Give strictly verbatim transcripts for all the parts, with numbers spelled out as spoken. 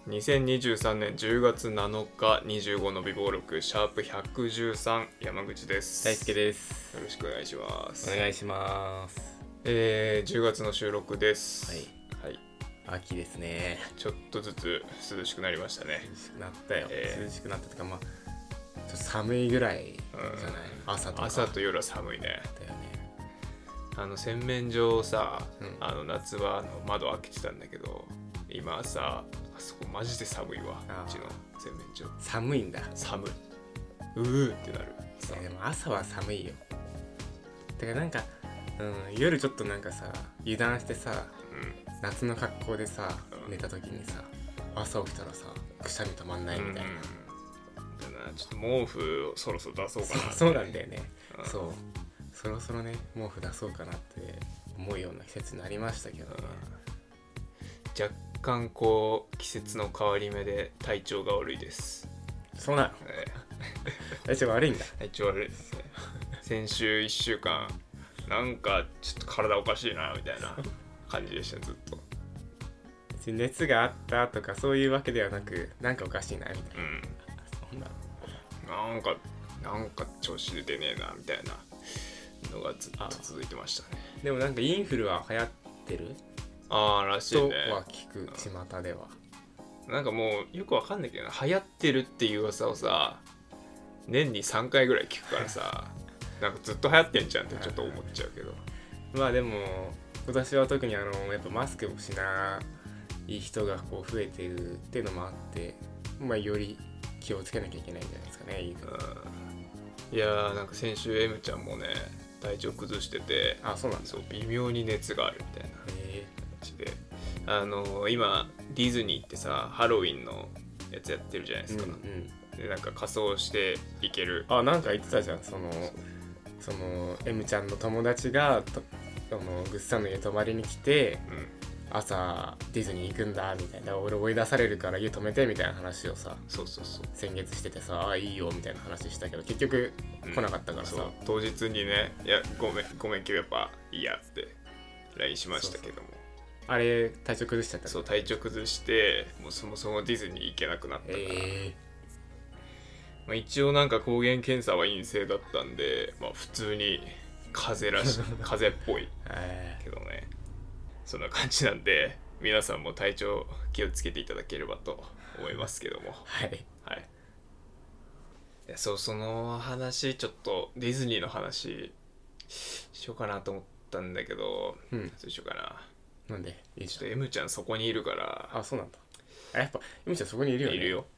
にせんにじゅうさんねんじゅうがつなのかにじゅうごの備忘録シャープひゃくじゅうさん山口です。 大輔です。 よろしくお願いします。 お願いします。 えー、じゅうがつの収録です。 はい、はい、秋ですね。 ちょっとずつ涼しくなりましたね。 涼しくなったよ、 えー、 涼しくなったとか、まあちょっと寒いぐらいじゃない、うん、朝とか朝と夜は寒いね。だよね。あの洗面所さ、うん、あの夏はあの窓開けてたんだけど、今さあそこマジで寒いわ。うちの洗面所寒いんだ。 寒い、うーってなる。 いやでも朝は寒いよ。てかなんか、うん、夜ちょっとなんかさ油断してさ、うん、夏の格好でさ、うん、寝た時にさ朝起きたらさくしゃみ止まんないみたいな、うんうん、ちょっと毛布をそろそろ出そうかなって。 そう、そうなんだよね、うん、そうそろそろね毛布出そうかなって思うような季節になりましたけどね、 うん、若干こう季節の変わり目で体調が悪いです。 そうなの、えー、体調悪いんだ。 体調悪いですね。先週いっしゅうかんなんかちょっと体おかしいなみたいな感じでした。ずっと別に熱があったとかそういうわけではなく、なんかおかしいなみたいな、うん、 そんななんかなんか調子出てねえなみたいなのがずっと続いてましたね。 でもなんかインフルは流行ってるあーらしいねとは聞く、巷では。 なんかもうよくわかんないけど、流行ってるっていう噂をさ年にさんかいぐらい聞くからさなんかずっと流行ってんじゃんってちょっと思っちゃうけどまあでも今年は特にあのやっぱマスクもしない人がこう増えてるっていうのもあって、まあより気をつけなきゃいけないんじゃないですかね。 いやーなんか先週 M ちゃんもね体調崩してて、 あ、そうなんだ。 そう微妙に熱があるみたいな感じで、あのー、今ディズニーってさハロウィンのやつやってるじゃないですか、うんうん、でなんか仮装していける。 あ、なんか言ってたじゃん、そのその M ちゃんの友達がとそのぐっさんの家泊まりに来て、うん、朝ディズニー行くんだみたいな、俺追い出されるから家泊めてみたいな話をさ、 そうそうそう先月しててさ、あいいよみたいな話したけど結局来なかったからさ、うん、そう当日にね、いやごめんごめん今日やっぱいいやって ライン しましたけども、そうそうあれ体調崩しちゃった。 そう体調崩してもうそもそもディズニー行けなくなったから、えーまあ、一応なんか抗原検査は陰性だったんで、まあ、普通に風邪らしい風邪っぽいけどね、そんな感じなんで皆さんも体調気をつけていただければと思いますけどもはい、はい、 いやそうその話ちょっとディズニーの話しようかなと思ったんだけど、うん、どうしようかな。 なんでいいちょっと M ちゃんそこにいるから。 あ、そうなんだ。あ、やっぱ M ちゃんそこにいるよね。 いるよ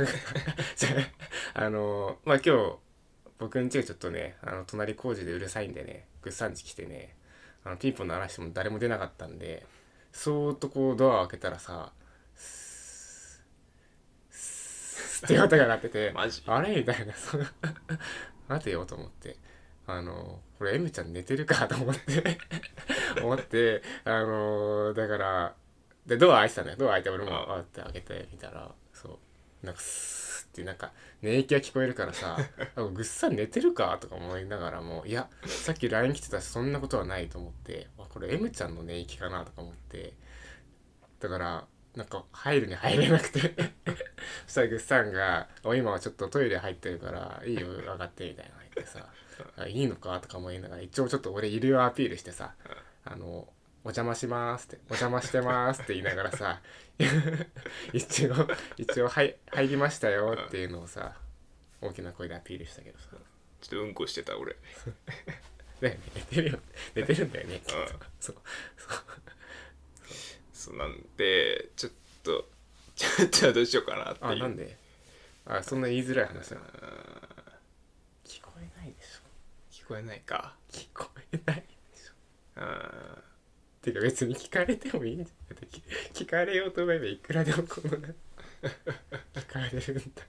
あのまあ今日僕ん家がちょっとね、あの隣工事でうるさいんでね、ぐっさんち来てね、あのピンポン鳴らしても誰も出なかったんで、そーっとこうドアを開けたらさ、スースーって音が鳴っててマジあれみたいな待てよと思って、あのこれ M ちゃん寝てるかと思って思ってあのだからでドア開いてたんだよ。ドア開いて俺もあって開けてみたら、そうなんかスーってなんか寝息が聞こえるからさぐっさん寝てるかとか思いながらも、いやさっき ライン 来てたしそんなことはないと思って、あこれ M ちゃんの寝息かなとか思って、だからなんか入るに入れなくてそしたらぐっさんがお今はちょっとトイレ入ってるからいいよ上がってみたいな言ってさあいいのかとか思いながら一応ちょっと俺いるよアピールしてさ、あのお邪魔しますってお邪魔してますって言いながらさ一応一応入入りましたよっていうのをさ大きな声でアピールしたけどさ、 ちょっとうんこしてた俺ね寝てるよ寝てるんだよね、うん、そうそうそうなんでちょっとちょっとどうしようかなっていう。 あなんであそんな言いづらい話だな。聞こえないでしょ。 聞こえないか。 聞こえないでしょ。 あてか別に聞かれてもいいんじゃない。聞かれようと思えばいくらでもこの聞かれるんだから。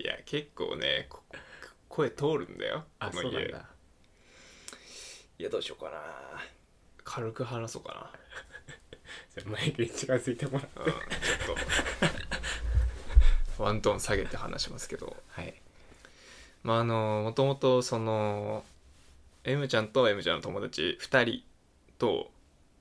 いや結構ね声通るんだよあこの家。そうなんだ。 いやどうしようかな。軽く話そうかな。 じゃあマイクに近づいてもらって、うん、ちょっとワントーン下げて話しますけど、 はい。 まああのもともとその M ちゃんと M ちゃんの友達ふたりと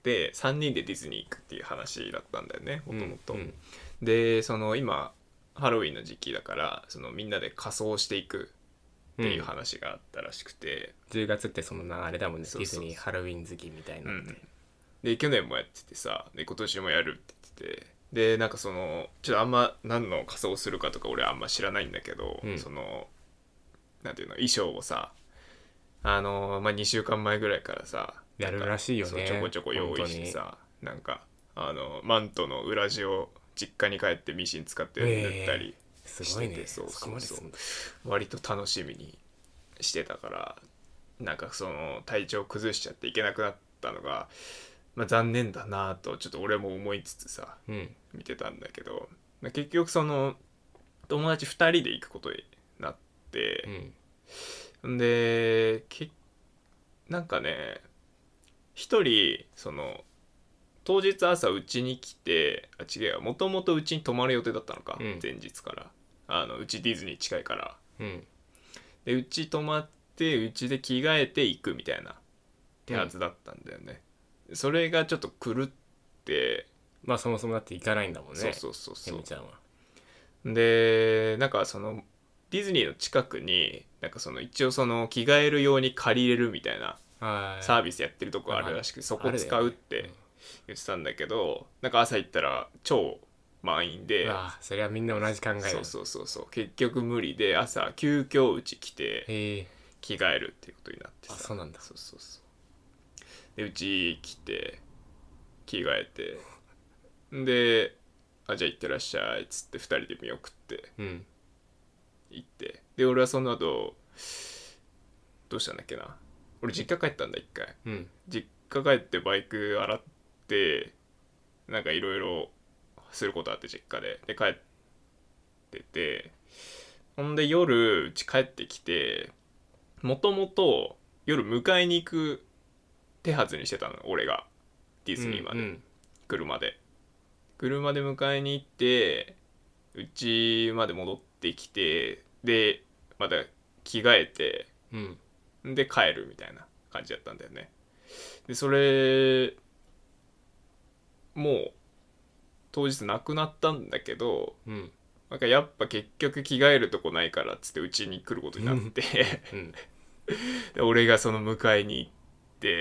てさんにんでディズニー行くっていう話だったんだよねもともと。 うんうん、 でその今ハロウィンの時期だからそのみんなで仮装していくっていう話があったらしくて、 うん、じゅうがつってそのあれだもんね、 そうそうそうディズニーハロウィン好きみたいなので、うん、 で去年もやっててさで今年もやるって言っててでなんかそのちょっとあんま何の仮装するかとか俺あんま知らないんだけど、うん、そのなんていうの衣装をさあのまあにしゅうかんまえぐらいからさやるらしいよね。 ちょこちょこ用意してさなんかあのマントの裏地を実家に帰ってミシン使って塗ったりしてて、 すごいね、 そうそうそう割と楽しみにしてたからなんかその体調崩しちゃっていけなくなったのが、まあ、残念だなとちょっと俺も思いつつさ、うん、見てたんだけど、まあ、結局その友達ふたりで行くことになって、うん、でけなんかねひとりその当日朝うちに来てあ違うよもともとうちに泊まる予定だったのか、うん、前日からあのうちディズニー近いから、うん、でうち泊まってうちで着替えて行くみたいな手はずだったんだよね、うん、それがちょっと狂ってまあそもそもだって行かないんだもんね。 そうそうそうそう M ちゃんはでなんかそのディズニーの近くになんかその一応その着替えるように借りれるみたいなサービスやってるとこあるらしくそこ使うって言ってたんだけどなんか朝行ったら超満員であそれはみんな同じ考えだ。 そうそうそうそう結局無理で朝急遽うち来て着替えるっていうことになってさ。 あそうなんだ。 そうそうそうでうち来て着替えてであじゃあ行ってらっしゃいっつってふたりで見送って、うん、行ってで俺はその後どうしたんだっけな俺実家帰ったんだ一回、うん、実家帰ってバイク洗ってなんかいろいろすることあって実家でで帰っててほんで夜うち帰ってきてもともと夜迎えに行く手はずにしてたの俺がディズニーまで、うんうん、車で車で迎えに行ってうちまで戻ってきてでまた着替えて、うん、で帰るみたいな感じだったんだよね。でそれもう当日なくなったんだけど、うん、なんかやっぱ結局着替えるとこないからっつってうちに来ることになって、うん、で俺がその迎えに行って、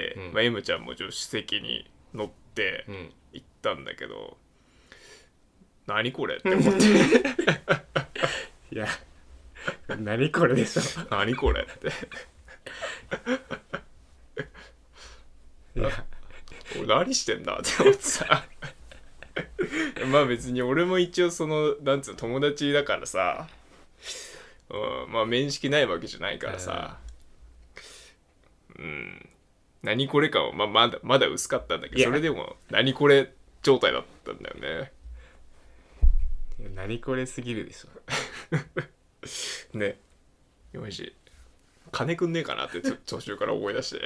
うんまあ、M ちゃんも助手席に乗って行ったんだけど、うん、何これって思っていや何これでしょ何これっていや俺何してんだって思ってさまあ別に俺も一応そのなんつうの友達だからさ、うん、まあ面識ないわけじゃないからさ、うん、何これかは、まあ、まだまだ薄かったんだけどそれでも何これ状態だったんだよね。 いや何これすぎるでしょねよし金くんねえかなって途中から思い出して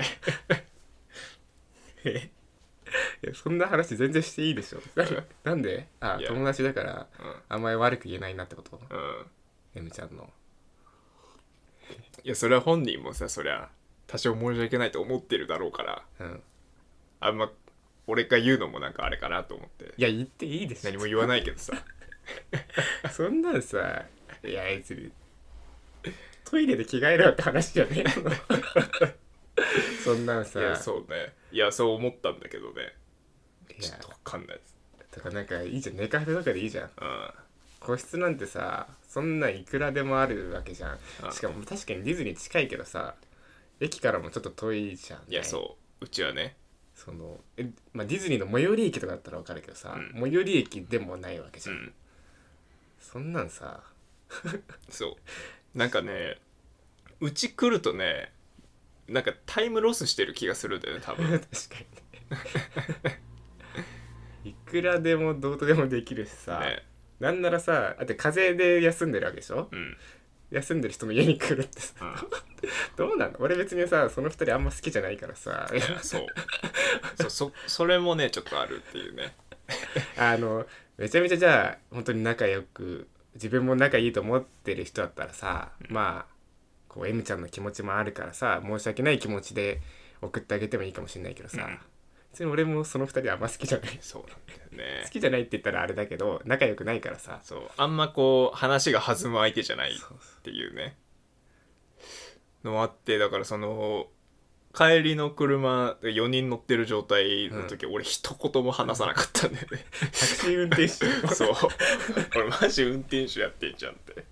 えいやそんな話全然していいでしょなんであ友達だから、うん、あんまり悪く言えないなってこと、うん、M ちゃんのいやそれは本人もさそりゃ多少申し訳ないと思ってるだろうから、うん、あんま俺が言うのもなんかあれかなと思っていや言っていいでしょ何も言わないけどさそんなんさいや別にトイレで着替えろって話じゃねえのそんなんさいやそうねいやそう思ったんだけどねちょっと分かんないですだからなんかいいじゃん寝カフェとかでいいじゃん、うん、個室なんてさそんなんいくらでもあるわけじゃん、うん、しかも確かにディズニー近いけどさ駅からもちょっと遠いじゃん、ね、 いやそううちはねそのえ、まあ、ディズニーの最寄り駅とかだったら分かるけどさ、うん、最寄り駅でもないわけじゃん、うん、そんなんさそうなんかねうち来るとねなんかタイムロスしてる気がするんだよね多分確かにねいくらでもどうとでもできるしさ、ね、なんならさだって風邪で休んでるわけでしょ、うん、休んでる人の家に来るってさ、うん、どうなの俺別にさそのふたりあんま好きじゃないからさいやそうそ, そ, それもねちょっとあるっていうねあのめちゃめちゃじゃあ本当に仲良く自分も仲いいと思ってる人だったらさ、うん、まあこう M ちゃんの気持ちもあるからさ申し訳ない気持ちで送ってあげてもいいかもしれないけどさ、 別に俺もそのふたりあんま好きじゃない。 そうなんだよね。 好きじゃないって言ったらあれだけど仲良くないからさ。 そうあんまこう話が弾む相手じゃないっていうねのあって、だからその帰りの車でよにん乗ってる状態の時、うん、俺一言も話さなかったんだよね。 タクシー運転手そう俺マジ運転手やってんじゃんって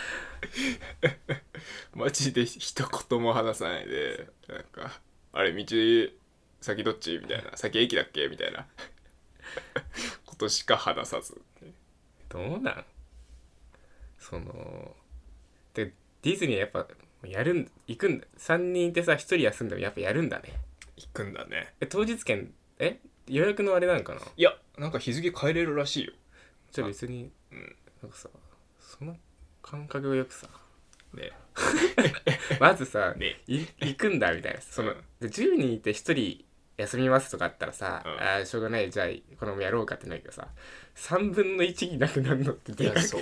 マジで一言も話さないで、なんかあれ道先どっちみたいな、先駅だっけみたいなことしか話さず。 どうなんそのでディズニーやっぱやるん行くんだ。さんにんいてさひとり休んでもやっぱやるんだね。 行くんだね。 え当日券え予約のあれなんかな。 いやなんか日付変えれるらしいよ。 じゃあ別に、 うん、 なんかさその感覚がよくさねまずさ、 ね、 行くんだみたいなその、うん、じゅうにんいてひとり休みますとかあったらさ、うん、あしょうがないじゃあこのままやろうかってなるけどささんぶんのいちになくなるのってでかくそう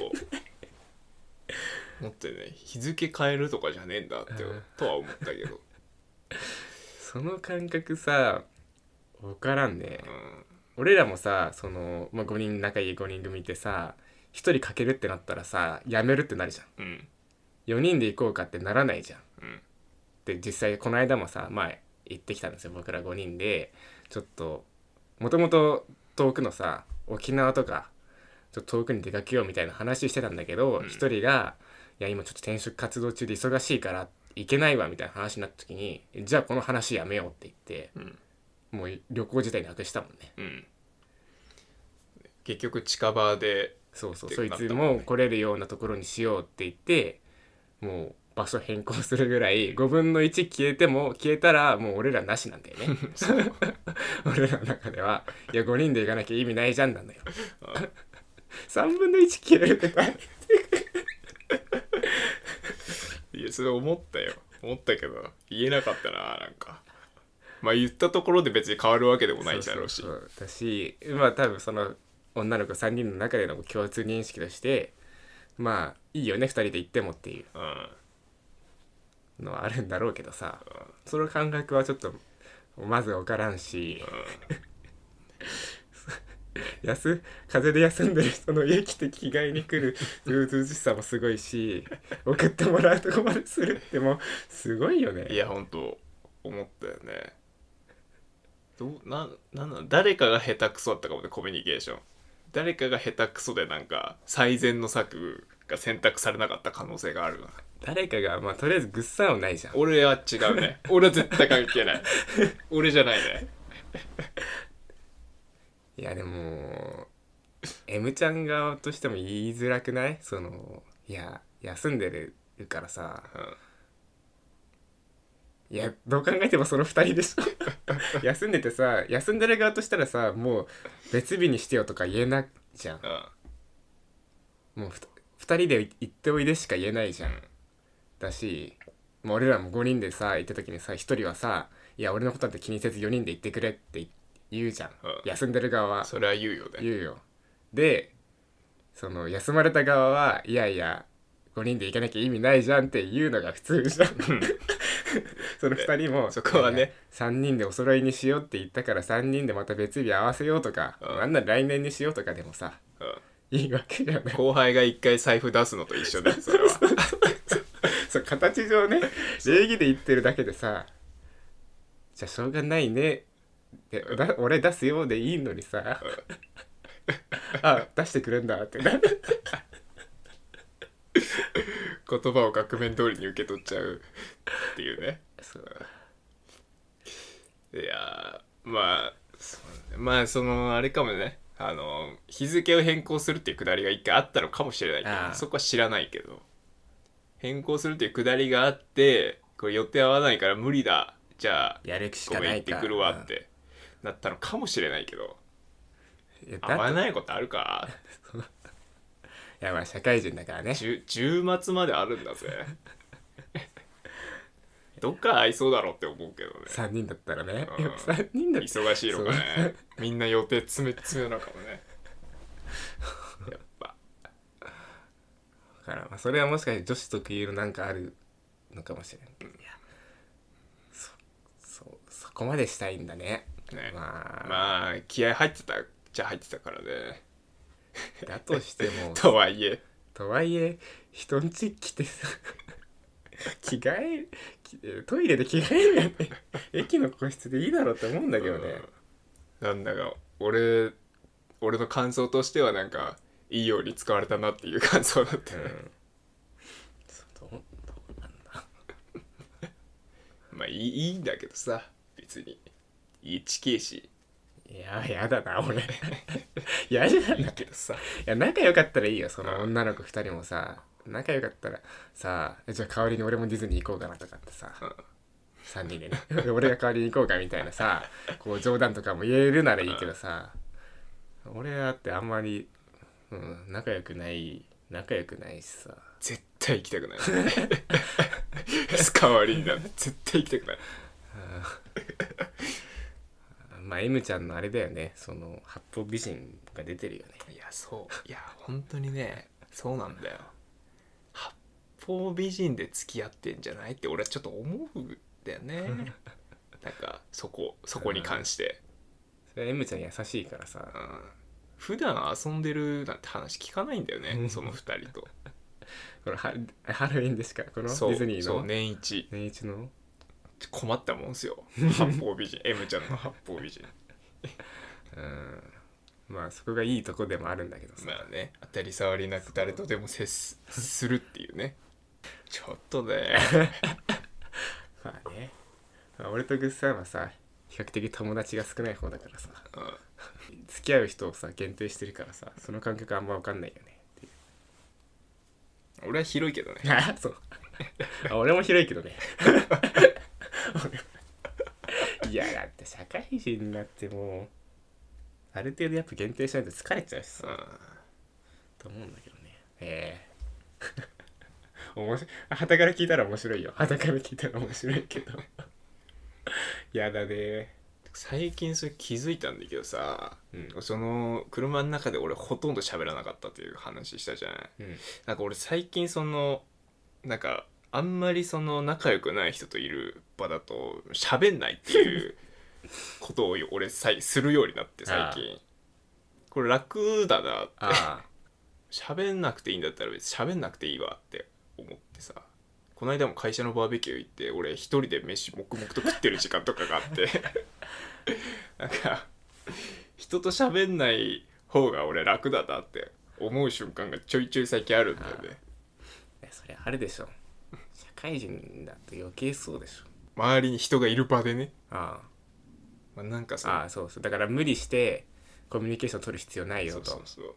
思ってね日付変えるとかじゃねえんだって、うん、とは思ったけどその感覚さ分からんね、 うん、 俺らもさその、まあ、ごにん仲いいごにん組いてさひとりかけるってなったらさやめるってなるじゃん、うん、よにんで行こうかってならないじゃん、うん、で実際この間もさまあ行ってきたんですよ僕らごにんでちょっともともと遠くのさ沖縄とかちょっと遠くに出かけようみたいな話してたんだけど一、うん、人がいや今ちょっと転職活動中で忙しいから行けないわみたいな話になった時にじゃあこの話やめようって言って、うん、もう旅行自体なくしたもんね、うん、 結局近場でそうそう、そいつも来れるようなところにしようって言ってもう場所変更するぐらいごぶんのいち消えても消えたらもう俺らなしなんだよね俺らの中ではいやごにんで行かなきゃ意味ないじゃんなんだよさんぶんのいち消えるって何いやそれ思ったよ思ったけど言えなかったな。なんかまあ言ったところで別に変わるわけでもないだろうし、 そうそうそうだしまあ多分その女の子さんにんの中での共通認識としてまあいいよねふたりで行ってもっていうのはあるんだろうけどさ、うん、その感覚はちょっとまず分からんし、うん、休風邪で休んでる人の家来て着替えに来るずうずうしさもすごいし送ってもらうとこまでするってもすごいよね。 いやほんと思ったよね。どうななんなん誰かが下手くそだったかもねコミュニケーション。誰かが下手くそでなんか最善の策が選択されなかった可能性があるな。 誰かがまあとりあえずぐっさんはないじゃん。 俺は違うね俺は絶対関係ない俺じゃないねいやでも M ちゃん側としても言いづらくない？そのいや休んでるからさ、うん、いやどう考えてもそのふたりでしょ休んでてさ休んでる側としたらさもう別日にしてよとか言えないじゃん、うん、もうふたりで行っておいでしか言えないじゃん、うん、だしもう俺らもごにんでさ行った時にさひとりはさいや俺のことなんて気にせずよにんで行ってくれって言うじゃん、うん、休んでる側はそれは言うよね言うよ。でその休まれた側はいやいやごにんで行かなきゃ意味ないじゃんって言うのが普通じゃんそのふたりもそこはねさんにんでお揃いにしようって言ったからさんにんでまた別日合わせようとか、うん、なんなら来年にしようとかでもさ、うん、いいわけじゃない。 後輩が一回財布出すのと一緒だよそれはそう形上ね礼儀で言ってるだけでさじゃあしょうがないねでだ俺出すようでいいのにさ、うん、あ出してくれんだってな言葉を額面通りに受け取っちゃうっていうね。そういやまあそうまあそのあれかもねあの日付を変更するっていうくだりが一回あったのかもしれないけどそこは知らないけど変更するっていうくだりがあってこれ予定合わないから無理だじゃあやるしかないかごめん行ってくるわってなったのかもしれないけど合わないことあるかいやまあ社会人だからねじゅう末まであるんだぜどっか合いそうだろうって思うけどねさんにんだったらね、 うん、 さんにんだったら忙しいのかねみんな予定詰め詰めなのかもねやっぱだから、まあ、それはもしかして女子特有のなんかあるのかもしれない、うん、いや そ, そ, そこまでしたいんだねね、 まあまあ気合入ってたじゃ入ってたからね。 だとしてもとはいえとはいえ人んち来てさ着替えきトイレで着替えるやって駅の個室でいいだろうって思うんだけどね、 うん、なんだか俺俺の感想としてはなんかいいように使われたなっていう感想だった、ね、うん、 どうどうなんだまあいい、いいんだけどさ、別にいい地形し、 いややだな俺やじゃないけどさ、いや仲良かったらいいよ、その女の子ふたりもさ、仲良かったらさ、じゃあ代わりに俺もディズニー行こうかなとかってさ、うん、さんにんでね俺が代わりに行こうかみたいなさ、こう冗談とかも言えるならいいけどさ、うん、俺だってあんまり、うん、仲良くない仲良くないしさ、 絶対行きたくない代わりになって絶対行きたくないまあ M ちゃんのあれだよね、その八方美人が出てるよね。 いやそういや本当にね、そうなんだよ、八方美人で付き合ってんじゃないって俺はちょっと思うんだよねなんかそこそこに関して、 それは M ちゃん優しいからさ、 うん、普段遊んでるなんて話聞かないんだよねそのふたりとこのハハロウィンでしかこのディズニーのそう年一年一の困ったもんすよ八方美人M ちゃんの八方美人うんまあそこがいいとこでもあるんだけどさ、 まあね、当たり障りなく誰とでも接するっていうねちょっとねまあね、まあ、俺とグッさんはさ比較的友達が少ない方だからさ、うん、付き合う人をさ限定してるからさ、その感覚あんま分かんないよねっていう。 俺は広いけどねそうあ俺も広いけどねいやだって社会人になってもうある程度やっぱ限定しないと疲れちゃうしさ、うん、と思うんだけどね。ええー、面白い。傍から聞いたら面白いよ。傍から聞いたら面白いけどやだね。 最近それ気づいたんだけどさ、うん、その車の中で俺ほとんど喋らなかったっていう話したじゃない、うん、なんか俺最近そのなんかあんまりその仲良くない人といる場だと喋んないっていうことを俺さするようになって最近。これ楽だなって喋んなくていいんだったら別に喋んなくていいわって思ってさ、この間も会社のバーベキュー行って俺一人で飯黙々と食ってる時間とかがあってなんか人と喋んない方が俺楽だなって思う瞬間がちょいちょい最近あるんだよね。 それあるでしょ、社会人だと余計そうでしょ、 周りに人がいる場でね。 ああ、 まあ、なんかさああそうそう、だから無理してコミュニケーション取る必要ないよと。 そうそうそう、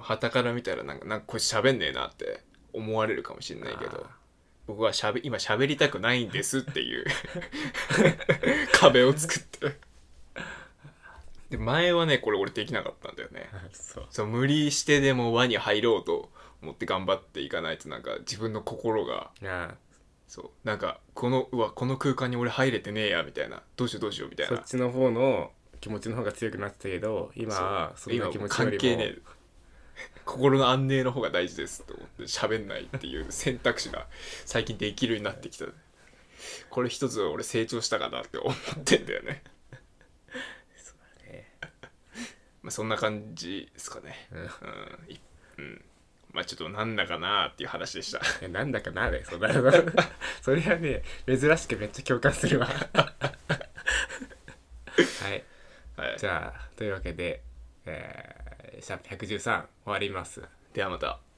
旗から見たらなんかなんかこれ喋んねえなって思われるかもしれないけど、僕はしゃべ今喋りたくないんですっていう壁を作ってで前はねこれ俺できなかったんだよねそうそう、無理してでも輪に入ろうと思って頑張っていかないとなんか自分の心がそうなんかこのうわこの空間に俺入れてねえやみたいな、どうしようどうしようみたいな、 そっちの方の気持ちの方が強くなってたけど今はそんな気持ちよりも関係ねえ心の安寧の方が大事ですと思って喋んないっていう選択肢が最近できるようになってきた。これ一つ俺成長したかなって思ってんだよねそうだねまあそんな感じですかね。うん、うんうん、まあちょっとなんだかなっていう話でした。いやなんだかなで、それそれはね珍しくめっちゃ共感するわはい、はい、じゃあというわけで、えー、シャープひゃくじゅうさん終わります。 ではまた。